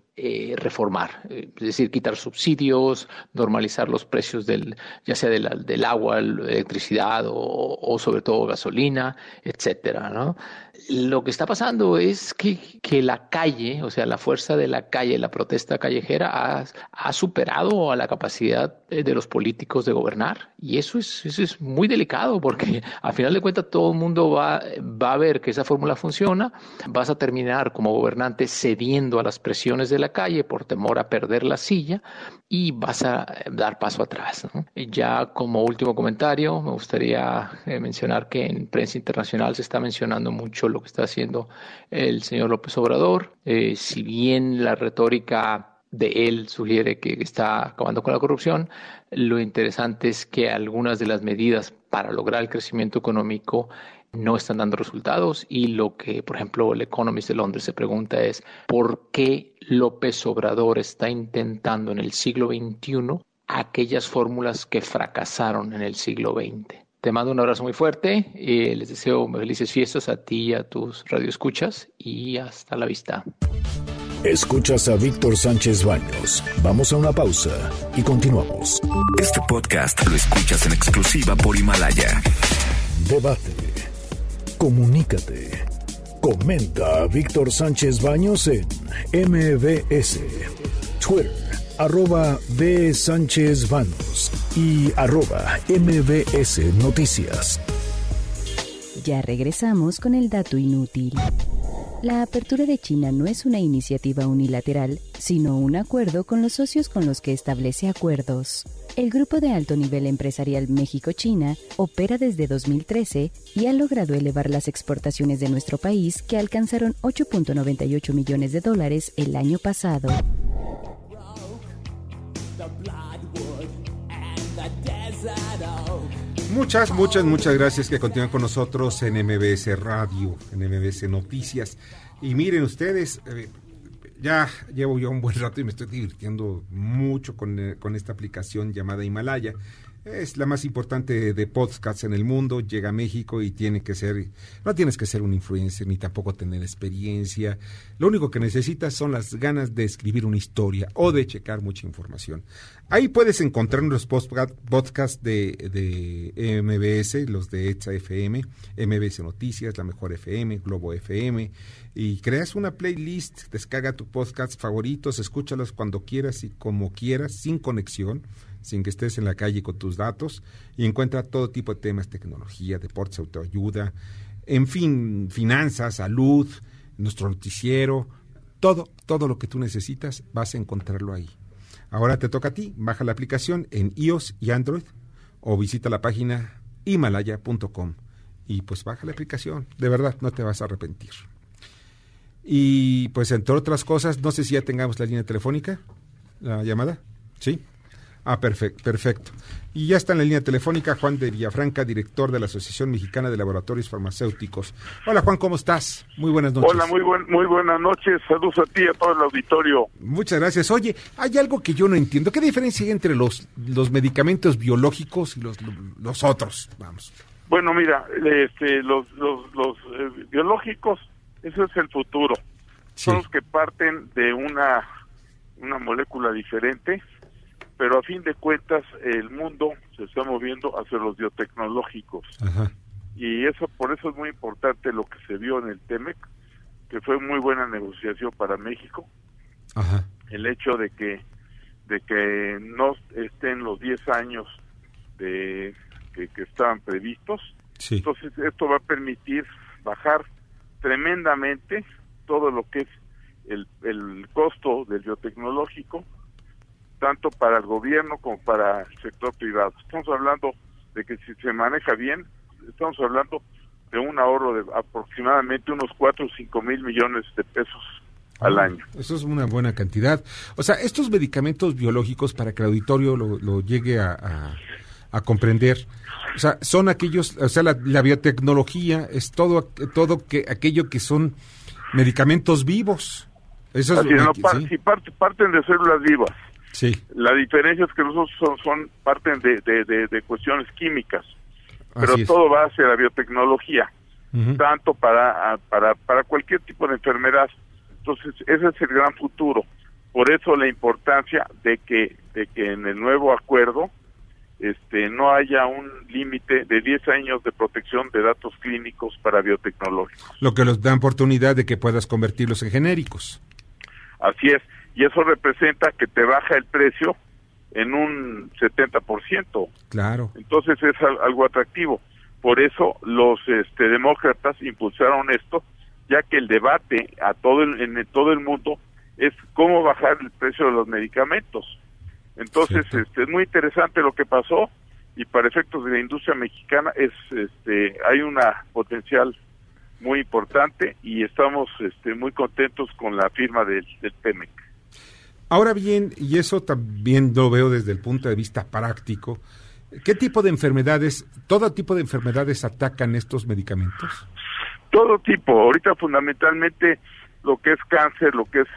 reformar, es decir, quitar subsidios, normalizar los precios ya sea del agua, la electricidad o sobre todo gasolina, etcétera, ¿no? Lo que está pasando es que la calle, o sea, la fuerza de la calle, la protesta callejera ha superado a la capacidad de los políticos de gobernar, y eso es muy delicado porque al final de cuentas todo el mundo va a ver que esa fórmula funciona, vas a terminar como gobernante cediendo a las presiones de la calle por temor a perder la silla y vas a dar paso atrás, ¿no? Y ya como último comentario, me gustaría mencionar que en prensa internacional se está mencionando mucho lo que está haciendo el señor López Obrador. Si bien la retórica de él sugiere que está acabando con la corrupción, lo interesante es que algunas de las medidas para lograr el crecimiento económico no están dando resultados, y lo que, por ejemplo, el Economist de Londres se pregunta es ¿por qué López Obrador está intentando en el siglo XXI aquellas fórmulas que fracasaron en el siglo XX? Te mando un abrazo muy fuerte, les deseo felices fiestas a ti y a tus radioescuchas, y hasta la vista. Escuchas a Víctor Sánchez Baños. Vamos a una pausa y continuamos. Este podcast lo escuchas en exclusiva por Himalaya. Debate. Comunícate. Comenta a Víctor Sánchez Baños en MBS, Twitter, @BSánchezBaños y @MBS Noticias. Ya regresamos con el dato inútil. La apertura de China no es una iniciativa unilateral, sino un acuerdo con los socios con los que establece acuerdos. El grupo de alto nivel empresarial México-China opera desde 2013 y ha logrado elevar las exportaciones de nuestro país, que alcanzaron $8.98 millones el año pasado. Muchas gracias que continúan con nosotros en MBS Radio, en MBS Noticias. Y miren ustedes, ya llevo yo un buen rato y me estoy divirtiendo mucho con esta aplicación llamada Himalaya. Es la más importante de podcasts en el mundo, llega a México y no tienes que ser un influencer ni tampoco tener experiencia. Lo único que necesitas son las ganas de escribir una historia o de checar mucha información. Ahí puedes encontrar los podcasts de MBS, los de EXA FM, MBS Noticias, La Mejor FM, Globo FM, y creas una playlist, descarga tus podcasts favoritos, escúchalos cuando quieras y como quieras, sin conexión, sin que estés en la calle con tus datos, y encuentra todo tipo de temas: tecnología, deportes, autoayuda, en fin, finanzas, salud, nuestro noticiero, todo lo que tú necesitas vas a encontrarlo ahí. Ahora te toca a ti, baja la aplicación en iOS y Android o visita la página himalaya.com y pues baja la aplicación, de verdad no te vas a arrepentir. Y pues entre otras cosas, no sé si ya tengamos la línea telefónica, la llamada, ¿sí? Perfecto. Y ya está en la línea telefónica Juan de Villafranca, director de la Asociación Mexicana de Laboratorios Farmacéuticos. Hola Juan, ¿cómo estás? Muy buenas noches. Hola, muy buenas noches. Saludos a ti y a todo el auditorio. Muchas gracias. Oye, hay algo que yo no entiendo. ¿Qué diferencia hay entre los medicamentos biológicos y los otros? Vamos. Bueno, mira, los biológicos, eso es el futuro. Sí. Son los que parten de una molécula diferente, pero a fin de cuentas el mundo se está moviendo hacia los biotecnológicos. Ajá. Y por eso es muy importante lo que se vio en el TEMEC, que fue muy buena negociación para México. Ajá. El hecho de que no estén los 10 años que estaban previstos. Sí. Entonces esto va a permitir bajar tremendamente todo lo que es el costo del biotecnológico, tanto para el gobierno como para el sector privado. Estamos hablando de que si se maneja bien, estamos hablando de un ahorro de aproximadamente unos 4 o 5 mil millones de pesos al año. Eso es una buena cantidad. O sea, estos medicamentos biológicos, para que el auditorio lo llegue a comprender, o sea, son aquellos, o sea, la biotecnología es todo aquello que son medicamentos vivos. Eso es, ¿sí? Si parten de células vivas. Sí. La diferencia es que nosotros parten de cuestiones químicas, pero todo va hacia la biotecnología, tanto para cualquier tipo de enfermedad. Entonces, ese es el gran futuro. Por eso la importancia de que en el nuevo acuerdo no haya un límite de 10 años de protección de datos clínicos para biotecnológicos. Lo que nos da oportunidad de que puedas convertirlos en genéricos. Así es. Y eso representa que te baja el precio en un 70%. Claro. Entonces es algo atractivo. Por eso los demócratas impulsaron esto, ya que el debate en todo el mundo es cómo bajar el precio de los medicamentos. Entonces, es muy interesante lo que pasó, y para efectos de la industria mexicana hay una potencial muy importante, y estamos muy contentos con la firma del TEMEC. Ahora bien, y eso también lo veo desde el punto de vista práctico, ¿qué tipo de enfermedades, todo tipo de enfermedades atacan estos medicamentos? Todo tipo, ahorita fundamentalmente lo que es cáncer, lo que es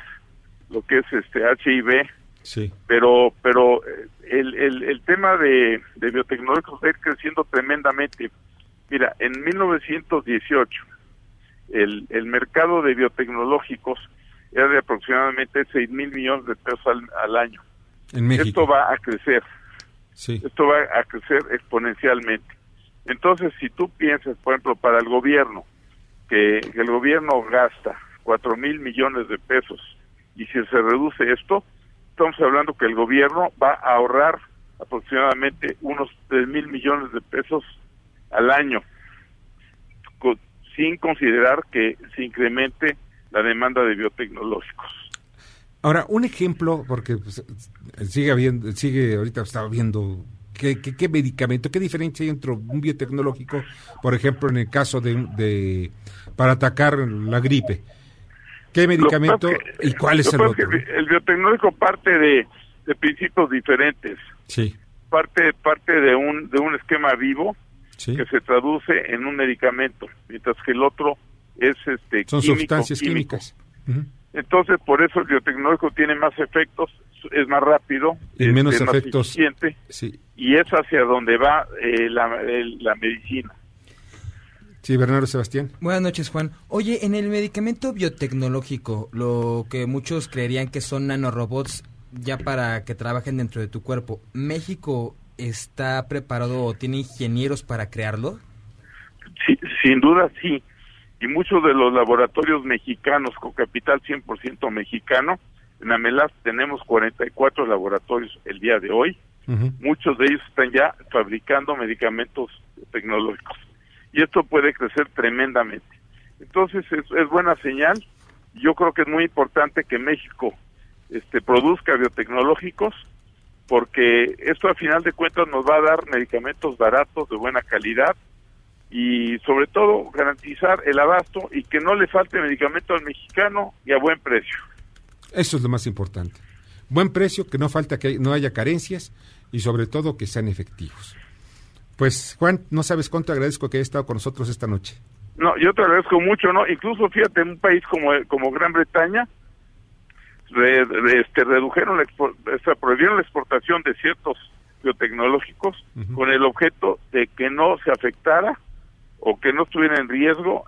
HIV, sí. Pero el tema de biotecnológicos va a ir creciendo tremendamente. Mira, en 1918 el mercado de biotecnológicos era de aproximadamente 6,000 millones de pesos al año. En México. Esto va a crecer. Sí. Esto va a crecer exponencialmente. Entonces, si tú piensas, por ejemplo, para el gobierno, que el gobierno gasta 4,000 millones de pesos, y si se reduce esto, estamos hablando que el gobierno va a ahorrar aproximadamente unos 3,000 millones de pesos al año, sin considerar que se incremente la demanda de biotecnológicos. Ahora, un ejemplo, porque pues, ahorita estaba viendo qué medicamento, qué diferencia hay entre un biotecnológico, por ejemplo, en el caso para atacar la gripe. ¿Qué medicamento y cuál es el otro? El biotecnológico parte de principios diferentes. Sí. Parte de un esquema vivo, sí, que se traduce en un medicamento, mientras que el otro es son sustancias químicas. Uh-huh. Entonces, por eso el biotecnológico tiene más efectos, es más rápido, y menos es efectos, más eficiente, sí, y es hacia donde va la medicina. Sí, Bernardo Sebastián. Buenas noches, Juan. Oye, en el medicamento biotecnológico, lo que muchos creerían que son nanorobots ya para que trabajen dentro de tu cuerpo, ¿México está preparado o tiene ingenieros para crearlo? Sí, sin duda sí. Y muchos de los laboratorios mexicanos con capital 100% mexicano, en Amelas tenemos 44 laboratorios el día de hoy. Uh-huh. Muchos de ellos están ya fabricando medicamentos tecnológicos. Y esto puede crecer tremendamente. Entonces es buena señal. Yo creo que es muy importante que México produzca biotecnológicos, porque esto a final de cuentas nos va a dar medicamentos baratos, de buena calidad, y sobre todo garantizar el abasto y que no le falte medicamento al mexicano y a buen precio. Eso es lo más importante. Buen precio, que no falta, que no haya carencias, y sobre todo que sean efectivos. Pues, Juan, no sabes cuánto agradezco que hayas estado con nosotros esta noche. No, yo te agradezco mucho, ¿no? Incluso, fíjate, en un país como Gran Bretaña, prohibieron la exportación de ciertos biotecnológicos, uh-huh, con el objeto de que no se afectara o que no estuviera en riesgo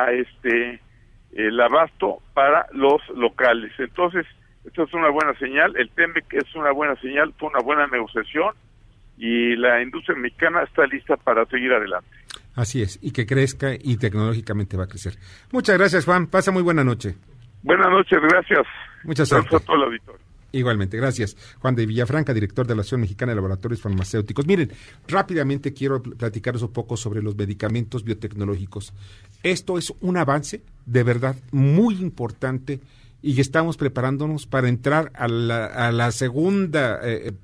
el abasto para los locales. Entonces, esto es una buena señal, el TEMEC es una buena señal, fue una buena negociación, y la industria mexicana está lista para seguir adelante. Así es, y que crezca y tecnológicamente va a crecer. Muchas gracias, Juan. Pasa muy buena noche. Buenas noches, gracias. Muchas gracias. Gracias a todo el auditorio. Igualmente, gracias. Juan de Villafranca, director de la Asociación Mexicana de Laboratorios Farmacéuticos. Miren, rápidamente quiero platicaros un poco sobre los medicamentos biotecnológicos. Esto es un avance de verdad muy importante, y estamos preparándonos para entrar a la segunda,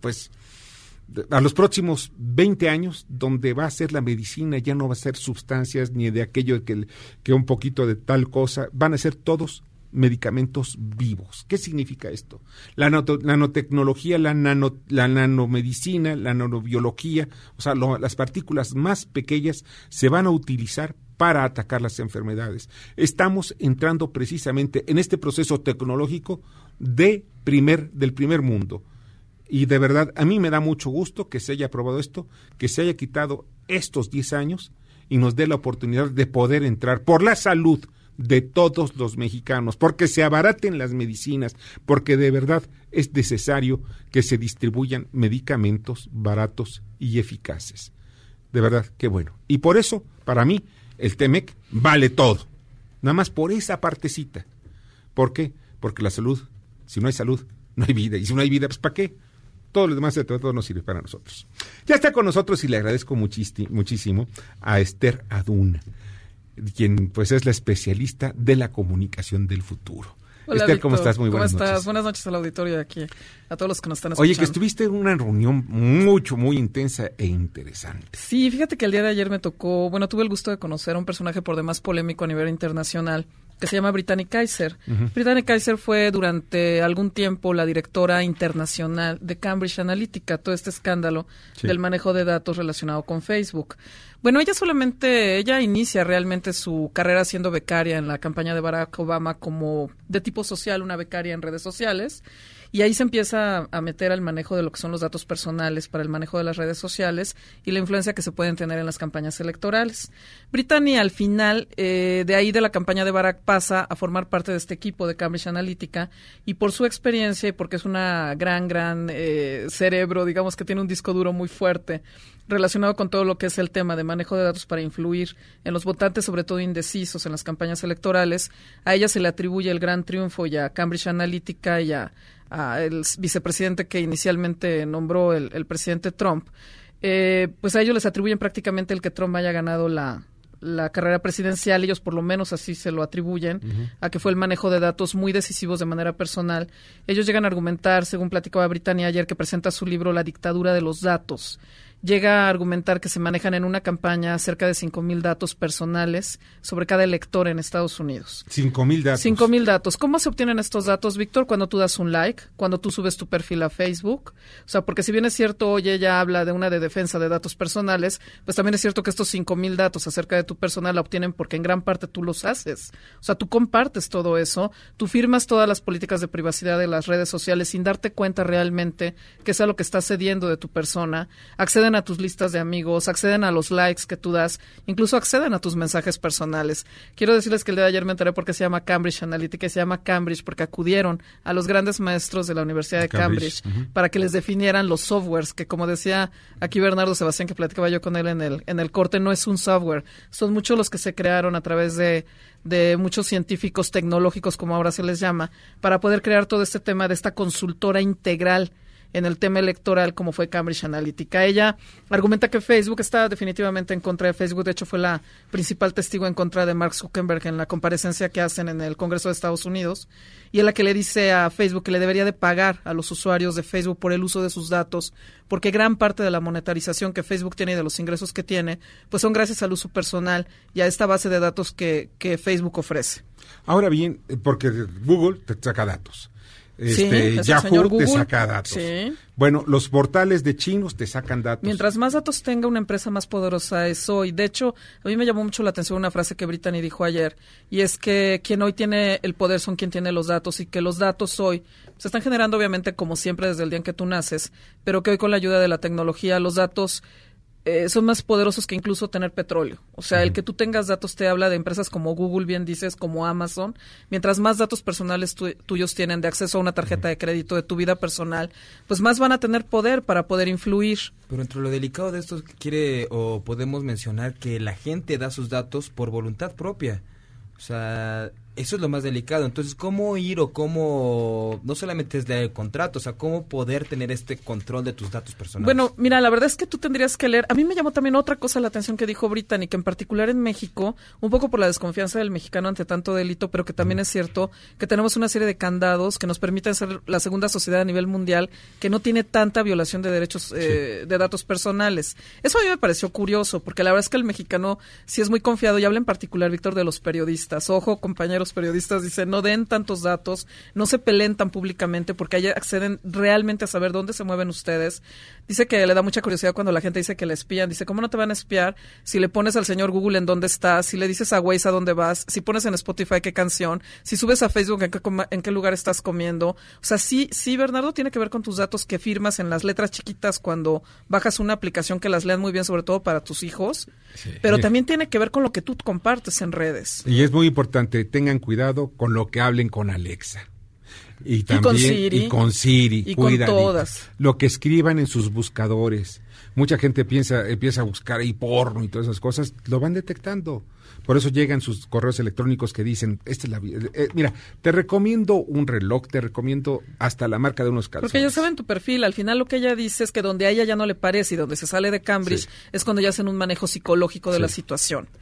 a los próximos 20 años, donde va a ser la medicina, ya no va a ser sustancias ni de aquello que un poquito de tal cosa, van a ser todos medicamentos vivos. ¿Qué significa esto? La nanotecnología, la nanomedicina, la nanobiología, o sea, las partículas más pequeñas se van a utilizar para atacar las enfermedades. Estamos entrando precisamente en este proceso tecnológico del primer mundo. Y de verdad, a mí me da mucho gusto que se haya aprobado esto, que se haya quitado estos 10 años y nos dé la oportunidad de poder entrar por la salud de todos los mexicanos, porque se abaraten las medicinas, porque de verdad es necesario que se distribuyan medicamentos baratos y eficaces. De verdad, qué bueno. Y por eso, para mí, el TEMEC vale todo. Nada más por esa partecita. ¿Por qué? Porque la salud, si no hay salud, no hay vida. Y si no hay vida, pues ¿para qué? Todo lo demás de todo no sirve para nosotros. Ya está con nosotros, y le agradezco muchísimo a Esther Aduna, quien pues es la especialista de la comunicación del futuro. Hola, Esther, ¿cómo Víctor? estás? Muy buenas noches. ¿Cómo estás? Buenas noches al auditorio de aquí, a todos los que nos están escuchando. Oye, que estuviste en una reunión muy intensa e interesante. Sí, fíjate que el día de ayer tuve el gusto de conocer a un personaje por demás polémico a nivel internacional, que se llama Brittany Kaiser. Brittany Kaiser fue durante algún tiempo la directora internacional de Cambridge Analytica, todo este escándalo del manejo de datos relacionado con Facebook. Bueno, ella inicia realmente su carrera siendo becaria en la campaña de Barack Obama como de tipo social, una becaria en redes sociales. Y ahí se empieza a meter al manejo de lo que son los datos personales para el manejo de las redes sociales y la influencia que se pueden tener en las campañas electorales. Brittany, al final, de ahí de la campaña de Barack, pasa a formar parte de este equipo de Cambridge Analytica, y por su experiencia y porque es una gran cerebro, digamos que tiene un disco duro muy fuerte relacionado con todo lo que es el tema de manejo de datos para influir en los votantes, sobre todo indecisos en las campañas electorales, a ella se le atribuye el gran triunfo, y a Cambridge Analytica y a el vicepresidente que inicialmente nombró el presidente Trump, pues a ellos les atribuyen prácticamente el que Trump haya ganado la carrera presidencial. Ellos por lo menos así se lo atribuyen, a que fue el manejo de datos muy decisivos de manera personal. Ellos llegan a argumentar, según platicaba Brittany ayer, que presenta su libro La dictadura de los datos. Llega a argumentar que se manejan en una campaña cerca de 5,000 datos personales sobre cada elector en Estados Unidos. 5,000 datos. 5,000 datos. ¿Cómo se obtienen estos datos, Víctor? Cuando tú das un like, cuando tú subes tu perfil a Facebook. O sea, porque si bien es cierto, hoy ella habla de una de defensa de datos personales, pues también es cierto que estos 5,000 datos acerca de tu persona la obtienen porque en gran parte tú los haces. O sea, tú compartes todo eso, tú firmas todas las políticas de privacidad de las redes sociales sin darte cuenta realmente que es a lo que estás cediendo de tu persona. Acceden a tus listas de amigos, acceden a los likes que tú das, incluso acceden a tus mensajes personales. Quiero decirles que el día de ayer me enteré porque se llama Cambridge Analytica, y se llama Cambridge porque acudieron a los grandes maestros de la Universidad de Cambridge para que les definieran los softwares, que como decía aquí Bernardo Sebastián, que platicaba yo con él en el corte, no es un software, son muchos los que se crearon a través de muchos científicos tecnológicos, como ahora se les llama, para poder crear todo este tema de esta consultora integral en el tema electoral, como fue Cambridge Analytica. Ella argumenta que Facebook está definitivamente en contra de Facebook. De hecho, fue la principal testigo en contra de Mark Zuckerberg en la comparecencia que hacen en el Congreso de Estados Unidos, y es la que le dice a Facebook que le debería de pagar a los usuarios de Facebook por el uso de sus datos, porque gran parte de la monetarización que Facebook tiene y de los ingresos que tiene, pues son gracias al uso personal y a esta base de datos que Facebook ofrece. Ahora bien, porque Google te saca datos. Yahoo te saca datos. Sí. Bueno, los portales de chinos te sacan datos. Mientras más datos tenga una empresa, más poderosa es hoy. De hecho, a mí me llamó mucho la atención una frase que Brittany dijo ayer, y es que quien hoy tiene el poder son quien tiene los datos, y que los datos hoy se están generando obviamente como siempre desde el día en que tú naces, pero que hoy con la ayuda de la tecnología los datos son más poderosos que incluso tener petróleo. O sea, el que tú tengas datos te habla de empresas como Google, bien dices, como Amazon. Mientras más datos personales tuyos tienen de acceso a una tarjeta de crédito de tu vida personal, pues más van a tener poder para poder influir. Pero entre lo delicado de esto podemos mencionar que la gente da sus datos por voluntad propia. O sea, eso es lo más delicado. Entonces, ¿cómo ir o cómo, no solamente es leer el contrato, o sea, cómo poder tener este control de tus datos personales? Bueno, mira, la verdad es que tú tendrías que leer. A mí me llamó también otra cosa la atención que dijo Brittany, que en particular en México, un poco por la desconfianza del mexicano ante tanto delito, pero que también es cierto que tenemos una serie de candados que nos permiten ser la segunda sociedad a nivel mundial que no tiene tanta violación de derechos de datos personales. Eso a mí me pareció curioso, porque la verdad es que el mexicano sí es muy confiado, y habla en particular, Víctor, de los periodistas. Ojo, compañeros periodistas, dice, no den tantos datos, no se peleen tan públicamente, porque ahí acceden realmente a saber dónde se mueven ustedes. Dice que le da mucha curiosidad cuando la gente dice que le espían. Dice, ¿cómo no te van a espiar si le pones al señor Google en dónde estás, si le dices a Waze a dónde vas, si pones en Spotify qué canción, si subes a Facebook en qué lugar estás comiendo? O sea, sí, Bernardo, tiene que ver con tus datos que firmas en las letras chiquitas cuando bajas una aplicación, que las lean muy bien, sobre todo para tus hijos, pero también tiene que ver con lo que tú compartes en redes. Y es muy importante, tengan cuidado con lo que hablen con Alexa. Y también con Siri, y con todas. Lo que escriban en sus buscadores. Mucha gente empieza a buscar ahí porno y todas esas cosas, lo van detectando. Por eso llegan sus correos electrónicos que dicen, esta es la mira, te recomiendo un reloj, te recomiendo hasta la marca de unos calzones. Porque ya saben tu perfil. Al final lo que ella dice es que donde a ella ya no le parece y donde se sale de Cambridge es cuando ya hacen un manejo psicológico de la situación.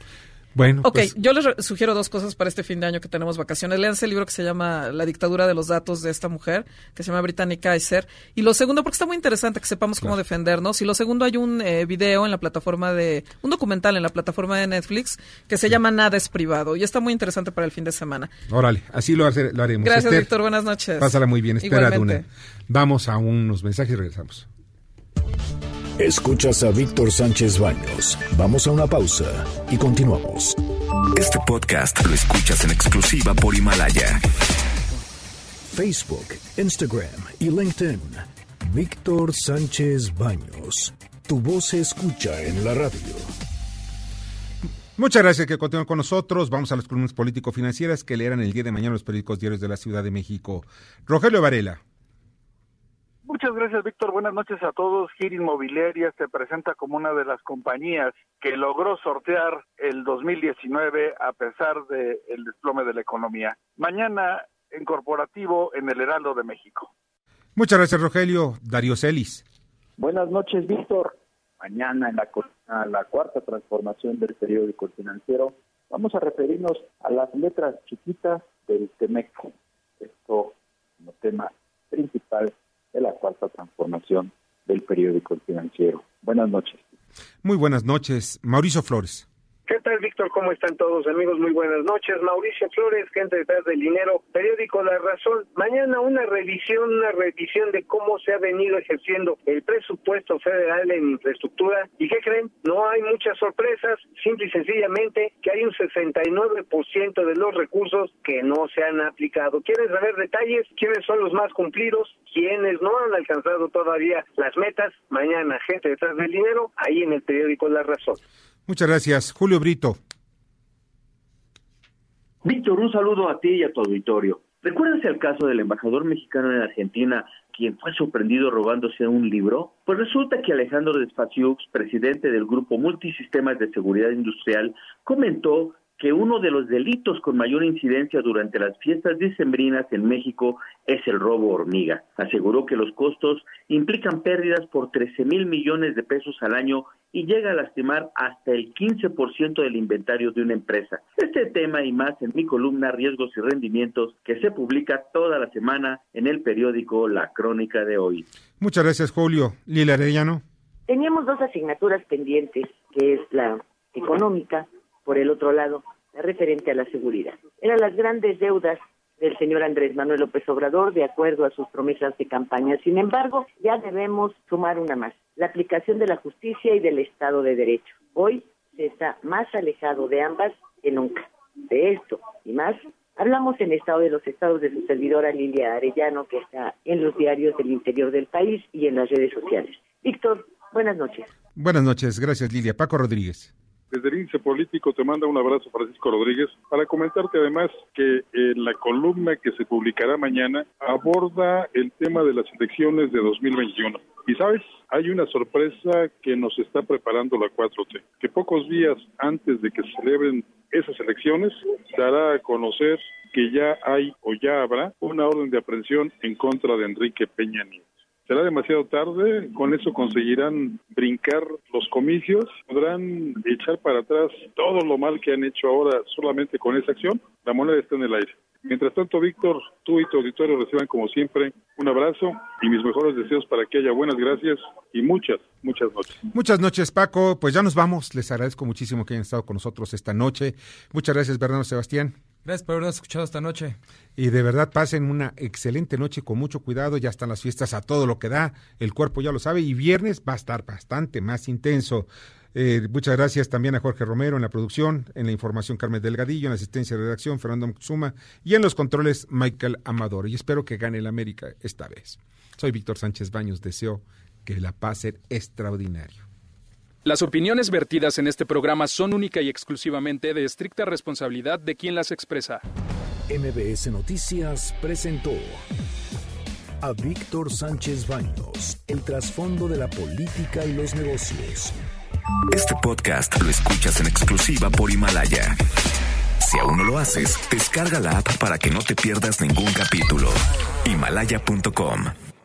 Bueno, ok, pues, yo les sugiero 2 cosas para este fin de año que tenemos vacaciones. Léanse el libro que se llama La dictadura de los datos de esta mujer, que se llama Brittany Kaiser. Y lo segundo, porque está muy interesante que sepamos cómo defendernos. Y lo segundo, hay un video en la plataforma un documental en la plataforma de Netflix que se llama Nada es privado. Y está muy interesante para el fin de semana. Órale, así lo haremos. Gracias, Esther, Víctor. Buenas noches. Pásala muy bien. Espera, Igualmente. Duna. Vamos a unos mensajes y regresamos. Escuchas a Víctor Sánchez Baños. Vamos a una pausa y continuamos. Este podcast lo escuchas en exclusiva por Himalaya. Facebook, Instagram y LinkedIn. Víctor Sánchez Baños. Tu voz se escucha en la radio. Muchas gracias que continúen con nosotros. Vamos a las columnas político-financieras que leerán el día de mañana los periódicos diarios de la Ciudad de México. Rogelio Varela. Muchas gracias, Víctor. Buenas noches a todos. GIR Inmobiliaria se presenta como una de las compañías que logró sortear el 2019 a pesar del desplome de la economía. Mañana en corporativo en el Heraldo de México. Muchas gracias, Rogelio. Darío Celis. Buenas noches, Víctor. Mañana en la cuarta transformación del periódico Financiero vamos a referirnos a las letras chiquitas del TEMEC. Esto como tema principal de la cuarta transformación del periódico Financiero. Buenas noches. Muy buenas noches. Mauricio Flores. ¿Qué tal, Víctor? ¿Cómo están todos, amigos? Muy buenas noches. Mauricio Flores, gente detrás del dinero, periódico La Razón. Mañana una revisión de cómo se ha venido ejerciendo el presupuesto federal en infraestructura. ¿Y qué creen? No hay muchas sorpresas, simple y sencillamente que hay un 69% de los recursos que no se han aplicado. ¿Quieren saber detalles? ¿Quiénes son los más cumplidos? ¿Quiénes no han alcanzado todavía las metas? Mañana, gente detrás del dinero, ahí en el periódico La Razón. Muchas gracias. Julio Brito. Víctor, un saludo a ti y a tu auditorio. ¿Recuerdas el caso del embajador mexicano en Argentina, quien fue sorprendido robándose un libro? Pues resulta que Alejandro Despasiux, presidente del Grupo Multisistemas de Seguridad Industrial, comentó que uno de los delitos con mayor incidencia durante las fiestas decembrinas en México es el robo hormiga. Aseguró que los costos implican pérdidas por 13,000 millones de pesos al año y llega a lastimar hasta el 15% del inventario de una empresa. Este tema y más en mi columna Riesgos y Rendimientos, que se publica toda la semana en el periódico La Crónica de Hoy. Muchas gracias, Julio. Lila Arellano. Teníamos 2 asignaturas pendientes, que es la económica, por el otro lado, la referente a la seguridad. Eran las grandes deudas del señor Andrés Manuel López Obrador, de acuerdo a sus promesas de campaña. Sin embargo, ya debemos sumar una más, la aplicación de la justicia y del Estado de Derecho. Hoy se está más alejado de ambas que nunca. De esto y más, hablamos en Estado de los Estados de su servidora Lilia Arellano, que está en los diarios del interior del país y en las redes sociales. Víctor, buenas noches. Buenas noches, gracias, Lilia. Paco Rodríguez. Desde el Índice Político te manda un abrazo Francisco Rodríguez para comentarte además que en la columna que se publicará mañana aborda el tema de las elecciones de 2021. Y sabes, hay una sorpresa que nos está preparando la 4T, que pocos días antes de que se celebren esas elecciones dará a conocer que ya hay o ya habrá una orden de aprehensión en contra de Enrique Peña Nieto. Será demasiado tarde, con eso conseguirán brincar los comicios, podrán echar para atrás todo lo mal que han hecho ahora solamente con esa acción. La moneda está en el aire. Mientras tanto, Víctor, tú y tu auditorio reciban como siempre un abrazo y mis mejores deseos para que haya buenas gracias y muchas noches. Muchas noches, Paco. Pues ya nos vamos. Les agradezco muchísimo que hayan estado con nosotros esta noche. Muchas gracias, Bernardo Sebastián. Gracias por habernos escuchado esta noche. Y de verdad pasen una excelente noche con mucho cuidado. Ya están las fiestas a todo lo que da. El cuerpo ya lo sabe. Y viernes va a estar bastante más intenso. Muchas gracias también a Jorge Romero en la producción, en la información Carmen Delgadillo, en la asistencia de redacción Fernando Moctezuma y en los controles Michael Amador. Y espero que gane el América esta vez. Soy Víctor Sánchez Baños. Deseo que la pasen extraordinario. Las opiniones vertidas en este programa son única y exclusivamente de estricta responsabilidad de quien las expresa. MBS Noticias presentó a Víctor Sánchez Baños, el trasfondo de la política y los negocios. Este podcast lo escuchas en exclusiva por Himalaya. Si aún no lo haces, descarga la app para que no te pierdas ningún capítulo. Himalaya.com